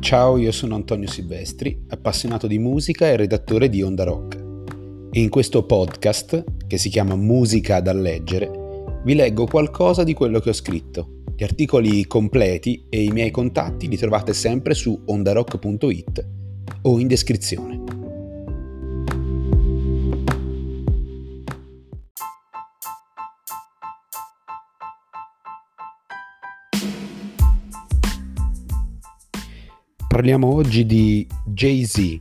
Ciao, io sono Antonio Silvestri, appassionato di musica e redattore di Onda Rock. E in questo podcast, che si chiama Musica da leggere, vi leggo qualcosa di quello che ho scritto. Gli articoli completi e i miei contatti li trovate sempre su ondarock.it o in descrizione. Parliamo oggi di Jay-Z,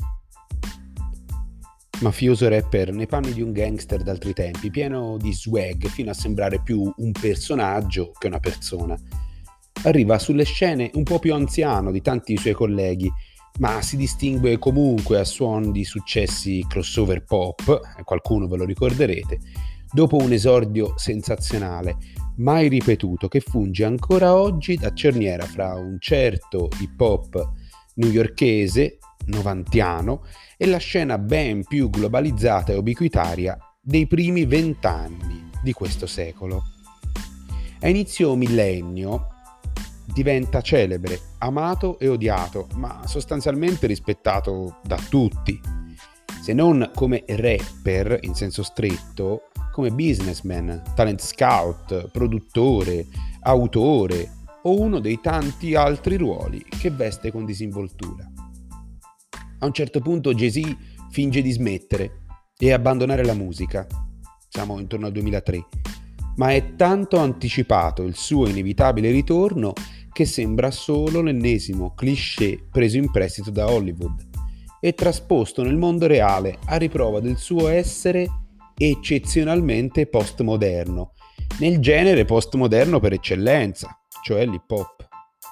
mafioso rapper nei panni di un gangster d'altri tempi, pieno di swag fino a sembrare più un personaggio che una persona. Arriva sulle scene un po' più anziano di tanti suoi colleghi, ma si distingue comunque a suon di successi crossover pop, qualcuno ve lo ricorderete, dopo un esordio sensazionale, mai ripetuto, che funge ancora oggi da cerniera fra un certo hip hop newyorkese, novantiano, e la scena ben più globalizzata e ubiquitaria dei primi 20 anni di questo secolo. A inizio millennio diventa celebre, amato e odiato, ma sostanzialmente rispettato da tutti, se non come rapper in senso stretto, come businessman, talent scout, produttore, autore o uno dei tanti altri ruoli che veste con disinvoltura. A un certo punto Jay-Z finge di smettere e abbandonare la musica, siamo intorno al 2003, ma è tanto anticipato il suo inevitabile ritorno che sembra solo l'ennesimo cliché preso in prestito da Hollywood e trasposto nel mondo reale a riprova del suo essere eccezionalmente postmoderno, nel genere postmoderno per eccellenza, cioè l'hip hop.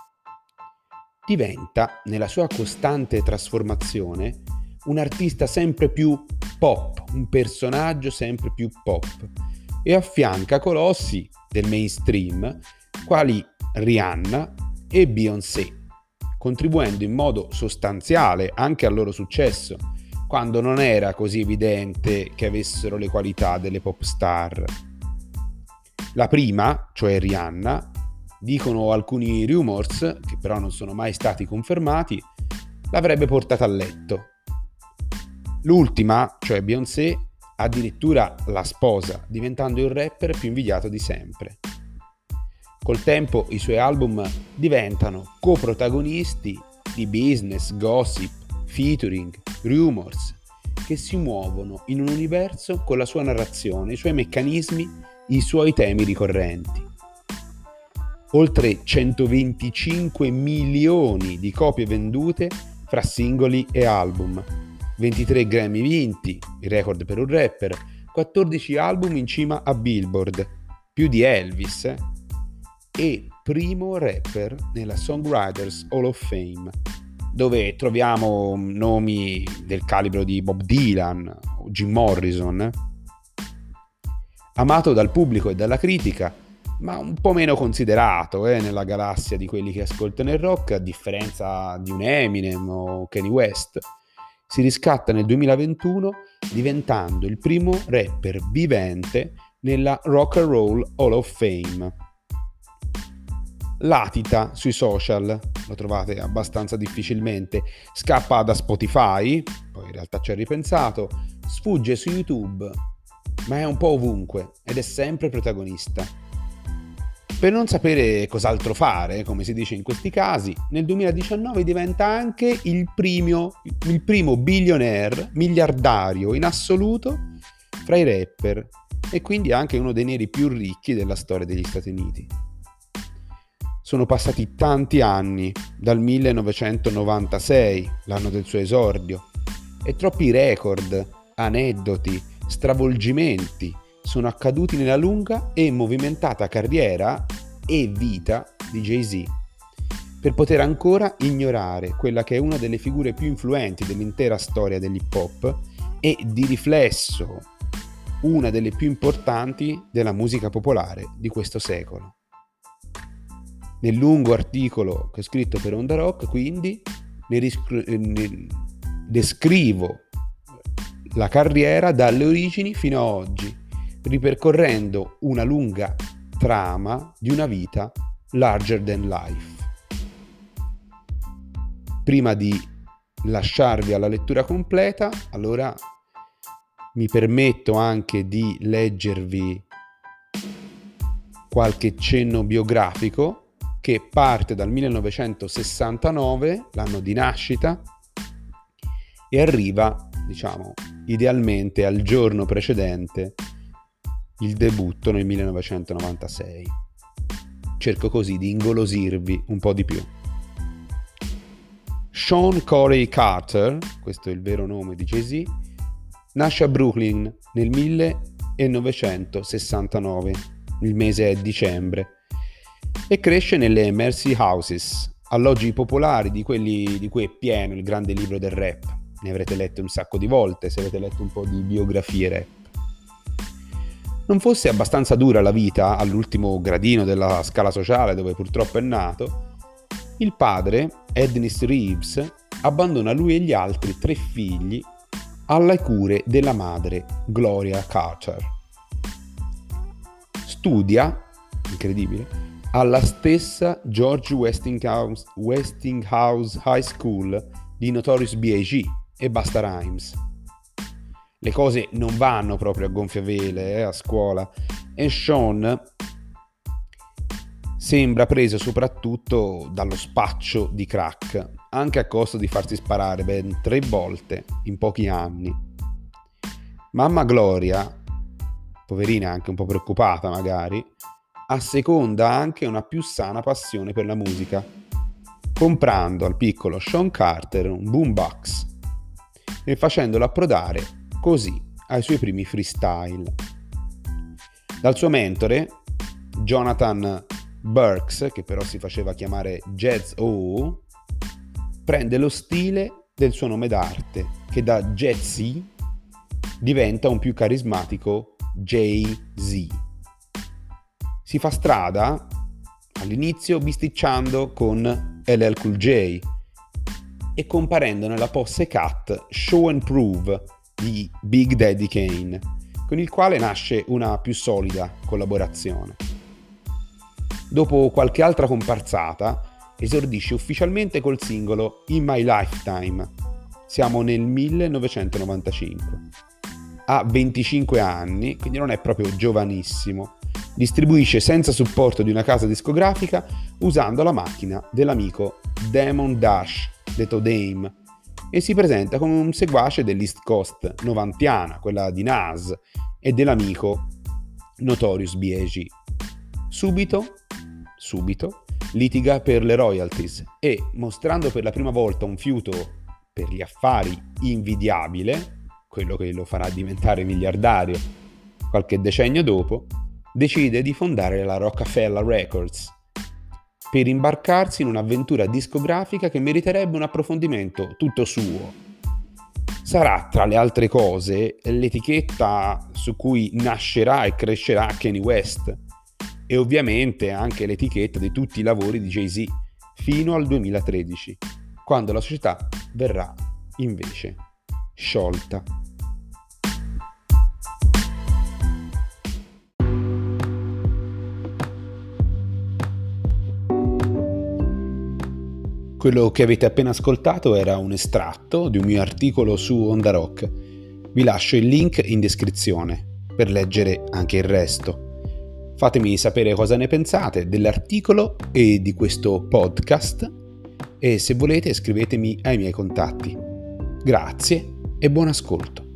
Diventa, nella sua costante trasformazione, un artista sempre più pop, un personaggio sempre più pop, e affianca colossi del mainstream quali Rihanna e Beyoncé, contribuendo in modo sostanziale anche al loro successo, quando non era così evidente che avessero le qualità delle pop star. La prima, cioè Rihanna, dicono alcuni rumors, che però non sono mai stati confermati, l'avrebbe portata a letto. L'ultima, cioè Beyoncé, addirittura la sposa, diventando il rapper più invidiato di sempre. Col tempo i suoi album diventano coprotagonisti di business, gossip, featuring, rumors, che si muovono in un universo con la sua narrazione, i suoi meccanismi, i suoi temi ricorrenti. Oltre 125 milioni di copie vendute fra singoli e album, 23 Grammy vinti, il record per un rapper, 14 album in cima a Billboard, più di Elvis, e primo rapper nella Songwriters Hall of Fame, dove troviamo nomi del calibro di Bob Dylan o Jim Morrison. Amato dal pubblico e dalla critica, ma un po' meno considerato nella galassia di quelli che ascoltano il rock, a differenza di un Eminem o Kanye West. Si riscatta nel 2021 diventando il primo rapper vivente nella Rock and Roll Hall of Fame. Latita sui social, lo trovate abbastanza difficilmente, scappa da Spotify, poi in realtà ci ha ripensato, sfugge su YouTube, ma è un po' ovunque ed è sempre protagonista. Per non sapere cos'altro fare, come si dice in questi casi, nel 2019 diventa anche il primo billionaire, miliardario in assoluto fra i rapper e quindi anche uno dei neri più ricchi della storia degli Stati Uniti. Sono passati tanti anni, dal 1996, l'anno del suo esordio, e troppi record, aneddoti, stravolgimenti sono accaduti nella lunga e movimentata carriera e vita di Jay-Z, per poter ancora ignorare quella che è una delle figure più influenti dell'intera storia dell'hip hop e, di riflesso, una delle più importanti della musica popolare di questo secolo. Nel lungo articolo che ho scritto per Onda Rock, quindi, ne descrivo la carriera dalle origini fino a oggi, ripercorrendo una lunga trama di una vita larger than life. prima di lasciarvi alla lettura completa, allora mi permetto anche di leggervi qualche cenno biografico che parte dal 1969, l'anno di nascita, e arriva, idealmente al giorno precedente il debutto nel 1996. Cerco così di ingolosirvi un po' di più. Sean Corey Carter, questo è il vero nome di Jay-Z, nasce a Brooklyn nel 1969, il mese è dicembre, e cresce nelle Mercy Houses, alloggi popolari di quelli di cui è pieno il grande libro del rap. Ne avrete letto un sacco di volte se avete letto un po' di biografie rap. Non fosse abbastanza dura la vita all'ultimo gradino della scala sociale dove purtroppo è nato, il padre, Ednis Reeves, abbandona lui e gli altri 3 figli alle cure della madre, Gloria Carter. Studia, incredibile, alla stessa George Westinghouse High School di Notorious B.I.G. e Busta Rhymes. Le cose non vanno proprio a gonfie vele a scuola e Sean sembra preso soprattutto dallo spaccio di crack, anche a costo di farsi sparare ben 3 volte in pochi anni. Mamma Gloria, poverina anche un po' preoccupata magari, asseconda anche una più sana passione per la musica, comprando al piccolo Sean Carter un boombox e facendolo approdare così ai suoi primi freestyle. Dal suo mentore, Jonathan Burks, che però si faceva chiamare Jaz-O, prende lo stile del suo nome d'arte, che da Jay-Z diventa un più carismatico Jay-Z. Si fa strada all'inizio bisticciando con LL Cool J e comparendo nella posse cut Show and Prove di Big Daddy Kane, con il quale nasce una più solida collaborazione. Dopo qualche altra comparsata, esordisce ufficialmente col singolo In My Lifetime. Siamo nel 1995. Ha 25 anni, quindi non è proprio giovanissimo. Distribuisce senza supporto di una casa discografica usando la macchina dell'amico Damon Dash, detto Dame, e si presenta come un seguace dell'East Coast novantiana, quella di Nas, e dell'amico Notorious B.I.G. Subito litiga per le royalties e, mostrando per la prima volta un fiuto per gli affari invidiabile, quello che lo farà diventare miliardario qualche decennio dopo, decide di fondare la Rockefeller Records per imbarcarsi in un'avventura discografica che meriterebbe un approfondimento tutto suo. Sarà, tra le altre cose, l'etichetta su cui nascerà e crescerà Kanye West e ovviamente anche l'etichetta di tutti i lavori di Jay-Z fino al 2013, quando la società verrà invece sciolta. Quello che avete appena ascoltato era un estratto di un mio articolo su Onda Rock. Vi lascio il link in descrizione per leggere anche il resto. Fatemi sapere cosa ne pensate dell'articolo e di questo podcast e se volete scrivetemi ai miei contatti. Grazie e buon ascolto.